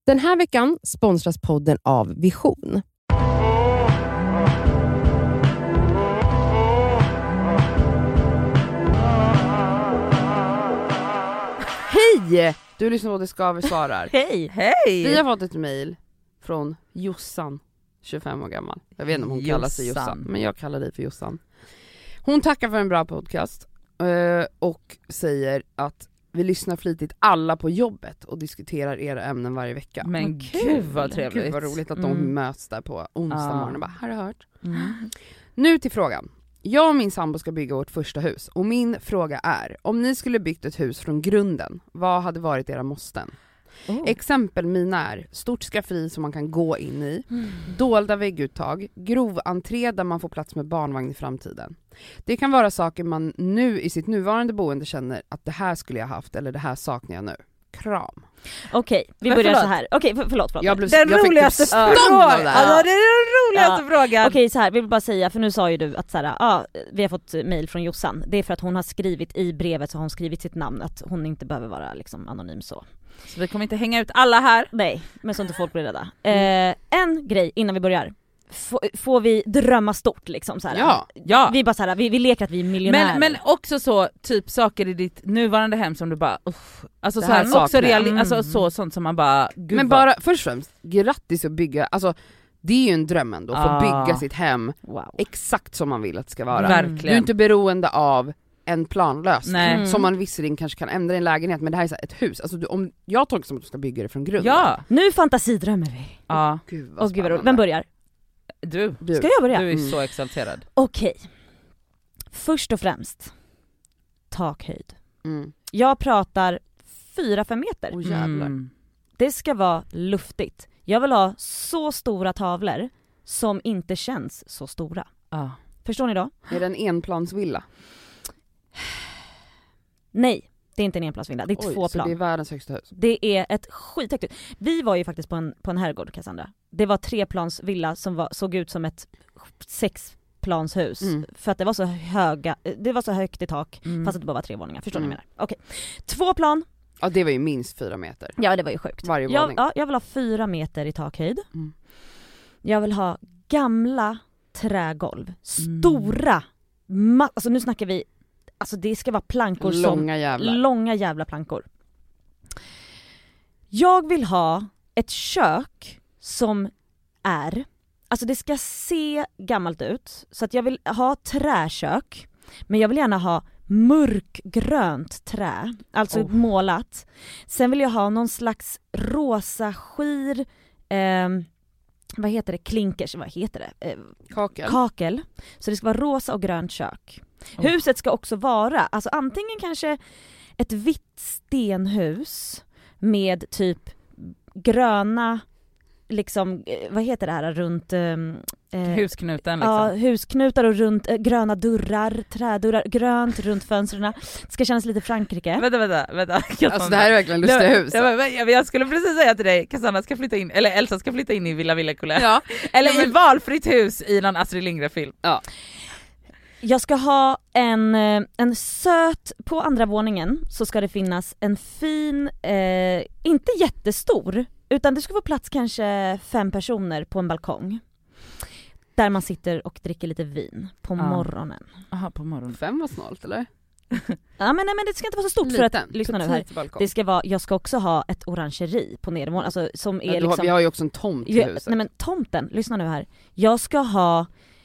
Den här veckan sponsras podden av Vision. Hej! Du lyssnar på Det Skaver svarar. Hej! Vi har fått ett mejl från Jossan, 25 år gammal. Jag vet inte om hon kallar sig Jossan, men jag kallar dig för Jossan. Hon tackar för en bra podcast och säger att vi lyssnar flitigt alla på jobbet och diskuterar era ämnen varje vecka. Men gud vad trevligt. Gud vad roligt att de möts där på onsdag morgon och bara, har du hört? Mm. Nu till frågan. Jag och min sambo ska bygga vårt första hus och min fråga är, om ni skulle byggt ett hus från grunden, vad hade varit era måsten? Exempel mina är stort skafferi som man kan gå in i, dolda vägguttag, grov entré där man får plats med barnvagn i framtiden. Det kan vara saker man nu i sitt nuvarande boende känner att det här skulle jag haft eller det här saknar jag nu. Kram. Okej, vi börjar så här. Okej, förlåt. Jag den roligaste frågan. Ja, det är den roligaste frågan. Okej, så här, vi vill bara säga, för nu sa ju du att så här, vi har fått mejl från Jossan. Det är för att hon har skrivit i brevet, så har hon skrivit sitt namn, att hon inte behöver vara liksom anonym så. Så vi kommer inte hänga ut alla här. Nej, men så inte folk blir rädda. En grej innan vi börjar. Får vi drömma stort liksom så här. Ja. Vi bara så här, vi leker att vi är miljonärer. Men också så typ saker i ditt nuvarande hem som du bara alltså det så här här också alltså sånt som man bara men bara först och främst grattis att bygga, alltså det är ju en dröm ändå att få bygga sitt hem exakt som man vill att det ska vara. Verkligen. Du är inte beroende av en planlösning som man visserligen kanske kan ändra i en lägenhet, men det här är så här ett hus. Alltså om jag tolkar som att du ska bygga det från grunden. Ja. Nu fantasidrömmer vi. Ja. Gud vad spännande. Vem börjar? Du. Ska jag börja? Du är så exalterad. Okej. Först och främst takhöjd. Jag pratar 4-5 meter. Jävlar. Det ska vara luftigt. Jag vill ha så stora tavlor som inte känns så stora. Förstår ni då? Är det en enplansvilla? Nej, det är inte en enplansvilla. Det är 2 plan. Så det är världens högsta hus. Det är ett skithögt hus. Vi var ju faktiskt på en herrgård, Cassandra. Det var 3-plansvilla som såg ut som ett 6-planshus. För att det var så det var så högt i tak, fast att det bara var 3 våningar. Förstår ni vad jag menar? Okej. 2 plan. Ja, det var ju minst 4 meter. Ja, det var ju sjukt. Varje våning. Jag vill ha 4 meter i takhöjd. Jag vill ha gamla trägolv. Stora. Alltså nu snackar vi, alltså det ska vara plankor långa jävla plankor. Jag vill ha ett kök som alltså det ska se gammalt ut, så att jag vill ha träkök, men jag vill gärna ha mörkgrönt trä, alltså målat. Sen vill jag ha någon slags rosa skir, vad heter det? Klinkers, vad heter det? Kakel. Så det ska vara rosa och grönt kök. Huset ska också vara, alltså antingen kanske ett vitt stenhus med typ gröna, liksom, vad heter det här runt husknuten liksom. Ja, husknutar och runt gröna dörrar, trädörrar, grönt runt fönstren. Det ska kännas lite Frankrike. Vänta. Alltså det här är verkligen lustiga hus. Jag skulle precis säga till dig, Cassandra ska flytta in, eller Elsa ska flytta in i Villa Couleur. Ja. Eller i valfritt hus i någon Astrid Lindgren-film. Ja. Jag ska ha en söt, på andra våningen så ska det finnas en fin, inte jättestor, utan det ska få plats kanske 5 personer på en balkong. Där man sitter och dricker lite vin på morgonen. Aha, på morgonen. 5 var snålt, eller? Ja, men det ska inte vara så stort för att, lyssna nu här. Det ska vara, jag ska också ha ett orangeri på nedervåningen, alltså som är liksom, vi har ju också en tomt i huset. Nej men tomten, lyssna nu här. Jag ska ha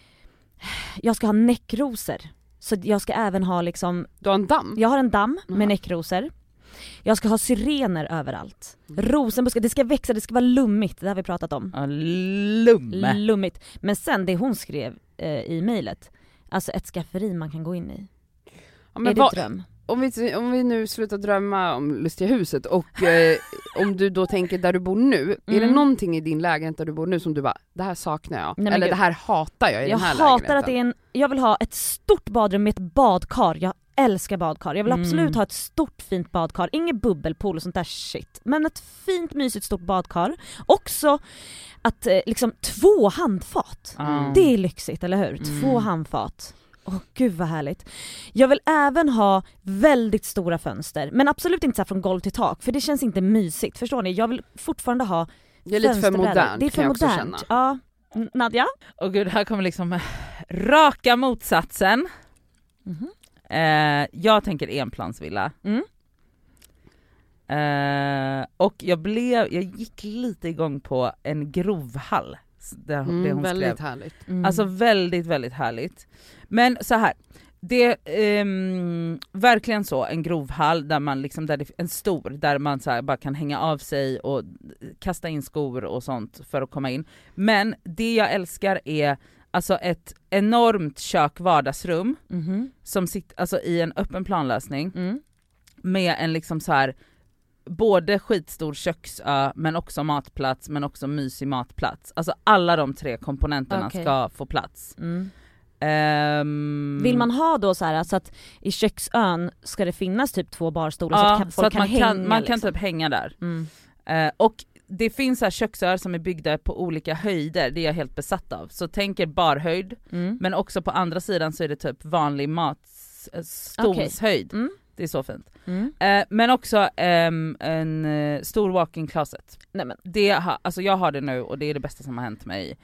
näckrosor. Så jag ska även ha liksom... Du har en damm? Jag har en damm med näckrosor. Jag ska ha syrener överallt. Rosenbuskar, det ska växa, det ska vara lummigt. Det har vi pratat om. Lummigt. Men sen det hon skrev i mejlet, alltså ett skafferi man kan gå in i. Ja, men är det dröm? Om vi nu slutar drömma om lustiga huset och om du då tänker där du bor nu, är det någonting i din lägenhet där du bor nu som du bara, det här saknar jag? Nej, eller det här hatar jag i den här lägenheten? Jag hatar att jag vill ha ett stort badrum med ett badkar. Jag älskar badkar. Jag vill absolut ha ett stort fint badkar. Ingen bubbelpool och sånt där shit. Men ett fint mysigt stort badkar. Också att liksom 2 handfat. Det är lyxigt, eller hur? 2 handfat. Gud vad härligt. Jag vill även ha väldigt stora fönster, men absolut inte så här från golv till tak, för det känns inte mysigt, förstår ni? Jag vill fortfarande ha Det är lite för modernt, det är för kan jag också modernt. känna. Ja. Nadja? Och gud, här kommer liksom raka motsatsen. Jag tänker enplansvilla. Och jag gick lite igång på en grovhall. Det hon väldigt skrev. härligt. Alltså väldigt, väldigt härligt. Men så här, det verkligen så, en grovhall där man liksom, där det är en stor, där man så här bara kan hänga av sig och kasta in skor och sånt för att komma in. Men det jag älskar är alltså ett enormt kök-vardagsrum som sitter alltså i en öppen planlösning med en liksom så här både skitstor köksö men också matplats, men också mysig matplats. Alltså alla de 3 komponenterna ska få plats. Vill man ha då så här, alltså att i köksön ska det finnas typ 2 barstolar så att folk kan hänga? Man kan typ hänga där. Och det finns så här köksöar som är byggda på olika höjder, det är jag helt besatt av. Så tänker barhöjd, men också på andra sidan så är det typ vanlig stolshöjd. Det är så fint. Men också en stor walk-in closet. Alltså jag har det nu och det är det bästa som har hänt mig.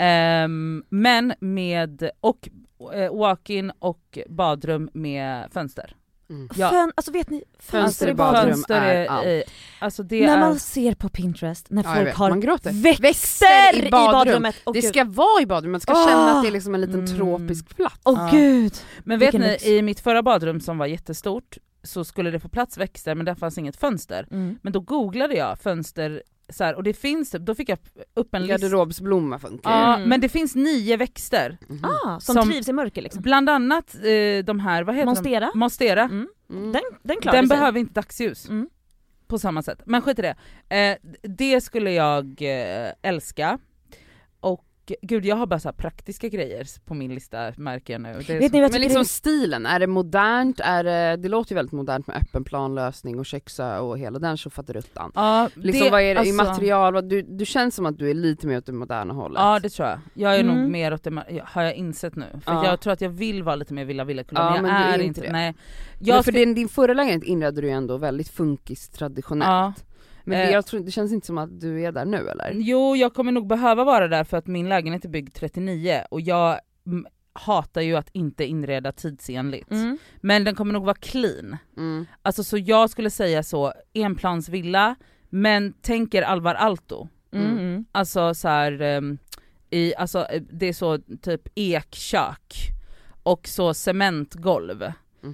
Men med walk-in och badrum med fönster. Alltså vet ni, fönster i badrum är allt. Alltså det när man ser på Pinterest när folk har växter i badrummet. Det ska vara i badrummet, man ska känna att det är liksom en liten tropisk plats. Gud. Men vet ni, i mitt förra badrum som var jättestort så skulle det få plats växter, men där fanns inget fönster. Men då googlade jag fönster så här, och det finns, då fick jag upp en lista. Garderobsblomma funkar. Ja, men det finns 9 växter. Som trivs i mörker liksom. Bland annat de här, vad heter de? Monstera. Den behöver inte dagsljus. På samma sätt. Men skit i det. Det skulle jag älska. Och gud, jag har bara så här praktiska grejer på min lista, märker jag nu. Vet ni vad men liksom stilen, är det modernt? Det låter ju väldigt modernt med öppen planlösning och köksö och hela den tjofatteruttan. Liksom, vad är det i material? Du känns som att du är lite mer åt det moderna hållet. Ja, det tror jag. Jag är nog mer åt det, har jag insett nu. För jag tror att jag vill vara lite mer villa-villa-kulla, men jag är inte det. Nej. Din förra lägenhet inredde du ju ändå väldigt funkis traditionellt. Men jag tror, det känns inte som att du är där nu, eller? Jo, jag kommer nog behöva vara där för att min lägenhet är byggd 39 och jag hatar ju att inte inreda tidsenligt. Men den kommer nog vara clean. Alltså så jag skulle säga så, enplansvilla, men tänker Alvar Aalto. Alltså så här, alltså det är så typ ekkök och så cementgolv.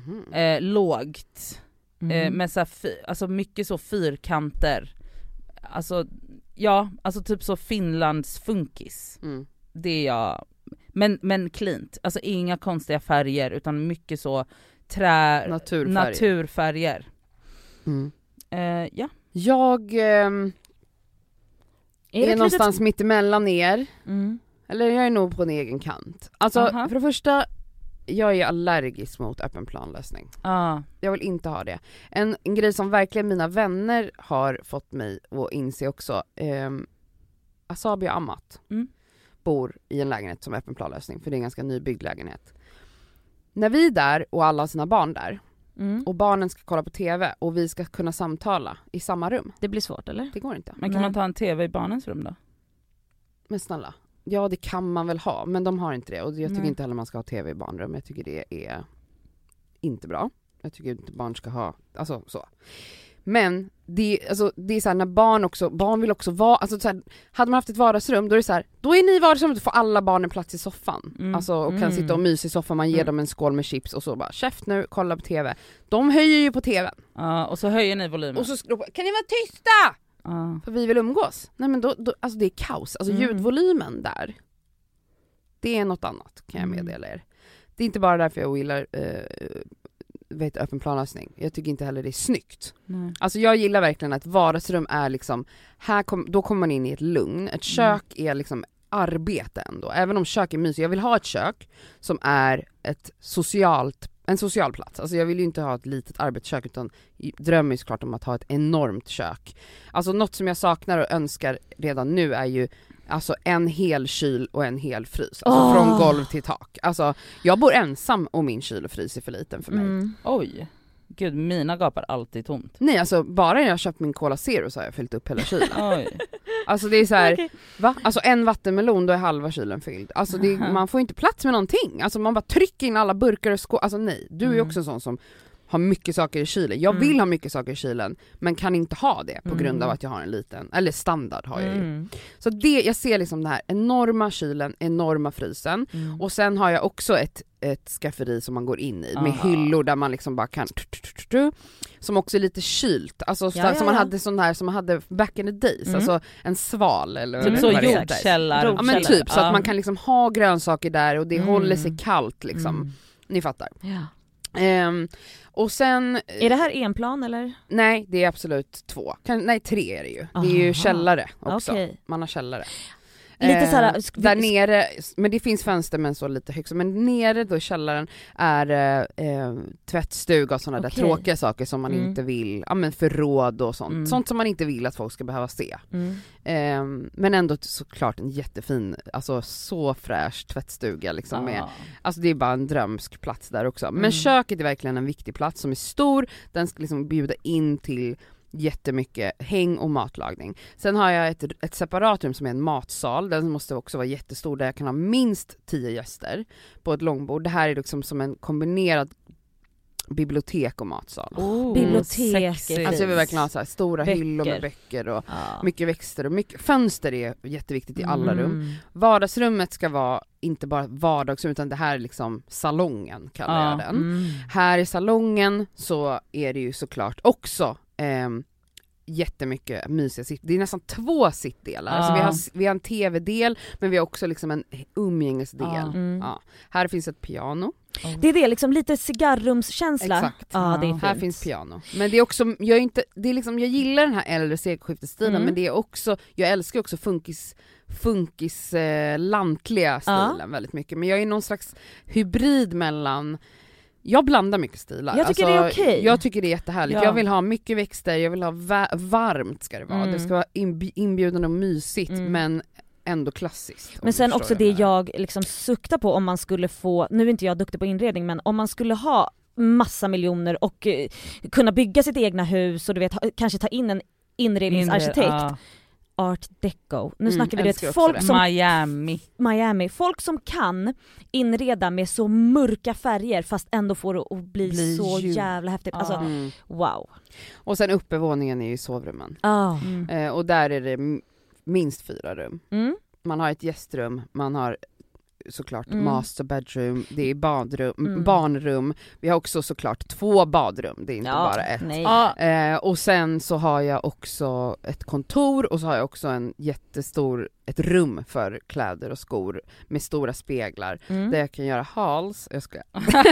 Lågt. Med så här, alltså mycket så fyrkanter. Alltså ja, alltså typ så Finlands funkis. Det är jag. Men cleant. Alltså inga konstiga färger utan mycket så naturfärger. Ja. Jag är någonstans mitt emellan er. Eller jag är nog på en egen kant. Alltså för det första, jag är allergisk mot öppen planlösning. Jag vill inte ha det. En grej som verkligen mina vänner har fått mig att inse också. Asabi och Amat bor i en lägenhet som är öppen planlösning. För det är en ganska nybyggd lägenhet. När vi är där och alla har sina barn där. Och barnen ska kolla på tv och vi ska kunna samtala i samma rum. Det blir svårt, eller? Det går inte. Men kan man ta en tv i barnens rum då? Men snälla. Ja, det kan man väl ha, men de har inte det. Och jag tycker inte heller man ska ha tv i barnrum. Jag tycker det är inte bra. Jag tycker inte barn ska ha, alltså så. Men det är så här, när barn vill också vara, alltså så här, hade man haft ett vardagsrum, då är det så här, då är ni i vardagsrummet och får alla barnen plats i soffan. Alltså och kan sitta och mysa i soffan, man ger dem en skål med chips och så bara, käft nu, kolla på tv. De höjer ju på tvn. Och så höjer ni volymen. Och så kan ni vara tysta? För vi vill umgås. Nej men då alltså det är kaos. Alltså ljudvolymen där, det är något annat, kan jag meddela er. Det är inte bara därför jag gillar öppen planlösning. Jag tycker inte heller det är snyggt. Alltså jag gillar verkligen att vardagsrum är liksom, då kommer man in i ett lugn. Ett kök är liksom arbete ändå. Även om kök är mysigt. Jag vill ha ett kök som är en social plats. Alltså jag vill ju inte ha ett litet arbetskök, utan drömmer ju såklart om att ha ett enormt kök. Alltså något som jag saknar och önskar redan nu är ju alltså en hel kyl och en hel frys. Alltså från golv till tak. Alltså jag bor ensam och min kyl och frys är för liten för mig. Oj. Gud, mina gapar alltid tomt. Nej, alltså bara när jag köpt min Cola Zero så har jag fyllt upp hela kylen. Oj. Alltså det är så här, Okay. va? Alltså en vattenmelon, då är halva kylen fylld. Alltså man får inte plats med någonting. Alltså man bara trycker in alla burkar och skål. Alltså nej, du är ju också en sån som har mycket saker i kylen. Jag vill ha mycket saker i kylen, men kan inte ha det på grund av att jag har en liten, eller standard har jag ju. Så det, jag ser liksom det här enorma kylen, enorma frysen. Och sen har jag också ett skafferi som man går in i med hyllor där man liksom bara kan som också är lite kylt, alltså som man hade sån här som man hade back in the days, alltså en sval eller typ så vad det heter. jordkällar. Ja men typ, så att man kan liksom ha grönsaker där och det håller sig kallt liksom. Ni fattar. Ja. Och sen... Är det här en plan eller? Nej, det är absolut 2. Nej, 3 är det ju. Det är ju källare också. Okay. Man har källare. Lite såhär, där nere, men det finns fönster men så lite högt. Men nere då i källaren är tvättstuga och sådana där tråkiga saker som man inte vill, ja men förråd och sånt. Sånt som man inte vill att folk ska behöva se. Men ändå såklart en jättefin, alltså så fräsch tvättstuga liksom med, alltså det är bara en drömsk plats där också. Men köket är verkligen en viktig plats som är stor, den ska liksom bjuda in till jättemycket häng och matlagning. Sen har jag ett separat rum som är en matsal. Den måste också vara jättestor där jag kan ha minst 10 gäster på ett långbord. Det här är liksom som en kombinerad bibliotek och matsal. Bibliotek. Alltså jag vill verkligen ha så här stora hyllor med böcker och mycket växter och mycket fönster är jätteviktigt i alla rum. Vardagsrummet ska vara inte bara vardagsrum utan det här är liksom salongen kallar jag den. Här i salongen så är det ju såklart också jättemycket mysiga sitt. Det är nästan 2 sittdelar. Alltså vi har en tv-del men vi har också liksom en umgängesdel. Ja. Här finns ett piano. Det är det liksom lite cigarrumskänsla. Exakt. Ja, det är här finns piano. Men det är också jag gillar den här äldre sekelskiftestilen men det är också, jag älskar också funkis lantliga stilen väldigt mycket. Men jag är någon slags hybrid mellan. Jag blandar mycket stilar. Jag tycker det är okej. Jag tycker det är jättehärligt. Jag vill ha mycket växter, jag vill ha varmt ska det vara. Det ska vara inbjudande och mysigt men ändå klassiskt. Men sen också det jag liksom suktar på om man skulle få, nu är inte jag duktig på inredning, men om man skulle ha massa miljoner och kunna bygga sitt egna hus och du vet kanske ta in en inredningsarkitekt. Art deco. Nu snackar vi det folk som Miami. Folk som kan inreda med så mörka färger fast ändå får det att bli så jävla häftigt. Alltså wow. Och sen uppevåningen är ju sovrummen. Och där är det minst 4 rum. Man har ett gästrum, man har såklart master bedroom, det är barnrum. Vi har också såklart 2 badrum, det är inte bara ett. Och sen så har jag också ett kontor och så har jag också ett rum för kläder och skor med stora speglar där jag kan göra hauls. Jag ska.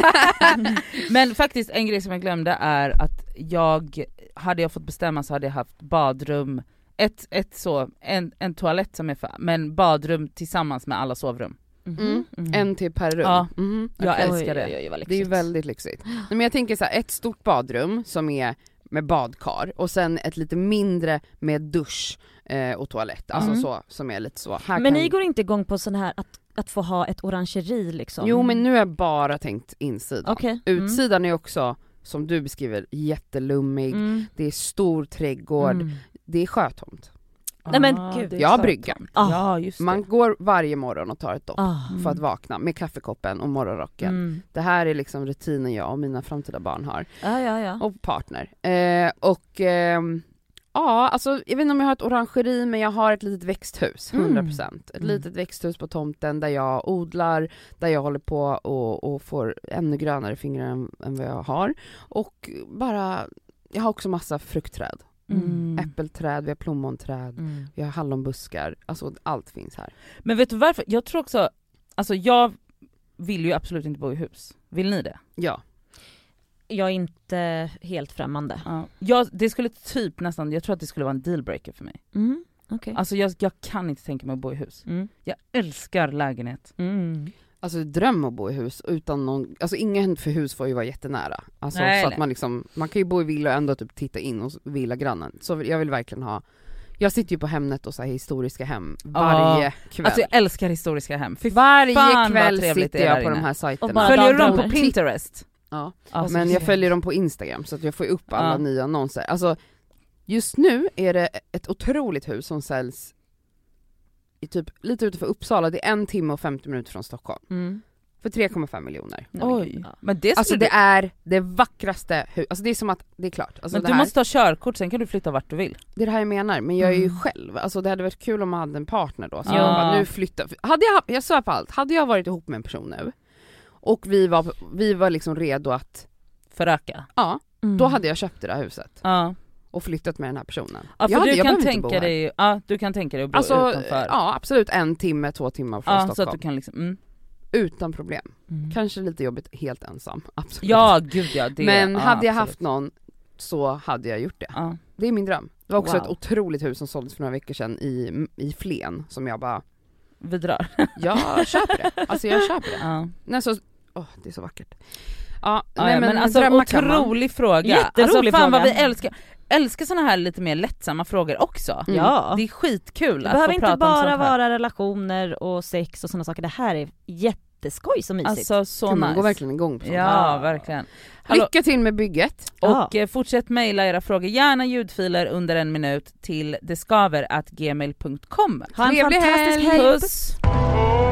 Men faktiskt en grej som jag glömde är att hade jag fått bestämma så hade jag haft badrum, en toalett som är men badrum tillsammans med alla sovrum. En till per rum. Ja. Jag älskar det. Det är ju väldigt lyxigt. Men jag tänker så här, ett stort badrum som är med badkar och sen ett lite mindre med dusch och toalett. Alltså så, som är lite så. Här men ni går inte igång på sån här att få ha ett orangeri liksom? Jo, men nu har jag bara tänkt insidan. Okay. Utsidan är också, som du beskriver, jättelummig. Det är stor trädgård. Det är sjötomt. Nej men gud. Jag har brygga. Ja, just det. Man går varje morgon och tar ett dopp för att vakna med kaffekoppen och morgonrocken. Det här är liksom rutinen jag och mina framtida barn har. Ja. Och partner. Alltså jag vet inte om jag har ett orangeri, men jag har ett litet växthus, 100%. Ett litet växthus på tomten där jag odlar, där jag håller på och får ännu grönare fingrar än vad jag har. Och bara, jag har också massa fruktträd. Äppelträd, vi har plommonträd, vi har hallonbuskar, alltså allt finns här. Men vet du varför? Jag tror också, alltså jag vill ju absolut inte bo i hus. Vill ni det? Ja. Jag är inte helt främmande. Det skulle typ nästan, jag tror att det skulle vara en dealbreaker för mig. Okay. Alltså jag kan inte tänka mig att bo i hus. Jag älskar lägenhet. Alltså dröm att bo i hus utan någon, alltså ingen för hus får ju vara jättenära. Alltså så att man liksom, man kan ju bo i villa och ändå typ titta in och villa grannen. Så jag vill verkligen ha Jag sitter ju på Hemnet och så här historiska hem varje kväll. Alltså jag älskar historiska hem. Varje fan kväll vad trevligt sitter det är jag på där de inne. här sajterna. Följer du dem på Pinterest? Ja, Alltså, men jag följer dem på Instagram så att jag får upp alla Ja. nya annonser. Alltså just nu är det ett otroligt hus som säljs i typ lite utanför Uppsala. Det är 1 timme och 50 minuter från Stockholm. För 3,5 miljoner. Oj, men det Alltså det är det vackraste huset. Alltså det är som att, det är klart. Alltså men det du här, måste ha körkort, sen kan du flytta vart du vill. det är det här jag menar, men jag är ju själv. Alltså det hade varit kul om man hade en partner då. Så Ja. jag bara, nu flyttar. Jag sa på allt, hade jag varit ihop med en person nu och vi var liksom redo att, Föröka. ja, då hade jag köpt det där huset. Ja. Och flyttat med den här personen. Ja, för jag du kan behöver inte tänka bo här. dig, du kan tänka dig att bo Alltså, utanför. ja absolut 1 timme, 2 timmar från Ja, så Stockholm. att du kan liksom, Utan problem. Kanske lite jobbigt helt ensam, absolut. Ja gud ja, det, men hade jag absolut. haft någon så hade jag gjort det. Ja. Det är min dröm. Det var också Wow. ett otroligt hus som såldes för några veckor sedan i Flen som jag bara, Vi drar. jag köper det. Alltså jag köper det. Ja. Nej, så, det är så vackert. Ja, Ja, nej, men alltså drömmar kan man. otrolig fråga. Jätterolig alltså, fan vad vi fråga. älskar såna här lite mer lättsamma frågor också. Ja. Det är skitkul Det att behöver få inte prata om bara sånt här. vara relationer och sex och sådana saker. Det här är jätteskoj så mysigt. Alltså så Man nice. går verkligen igång på sånt. Ja, verkligen. Hallå, Lycka till med bygget. och fortsätt mejla era frågor, gärna ljudfiler under 1 minut till deskaver@gmail.com. Ha en Trevlig fantastisk helg. helg. Puss!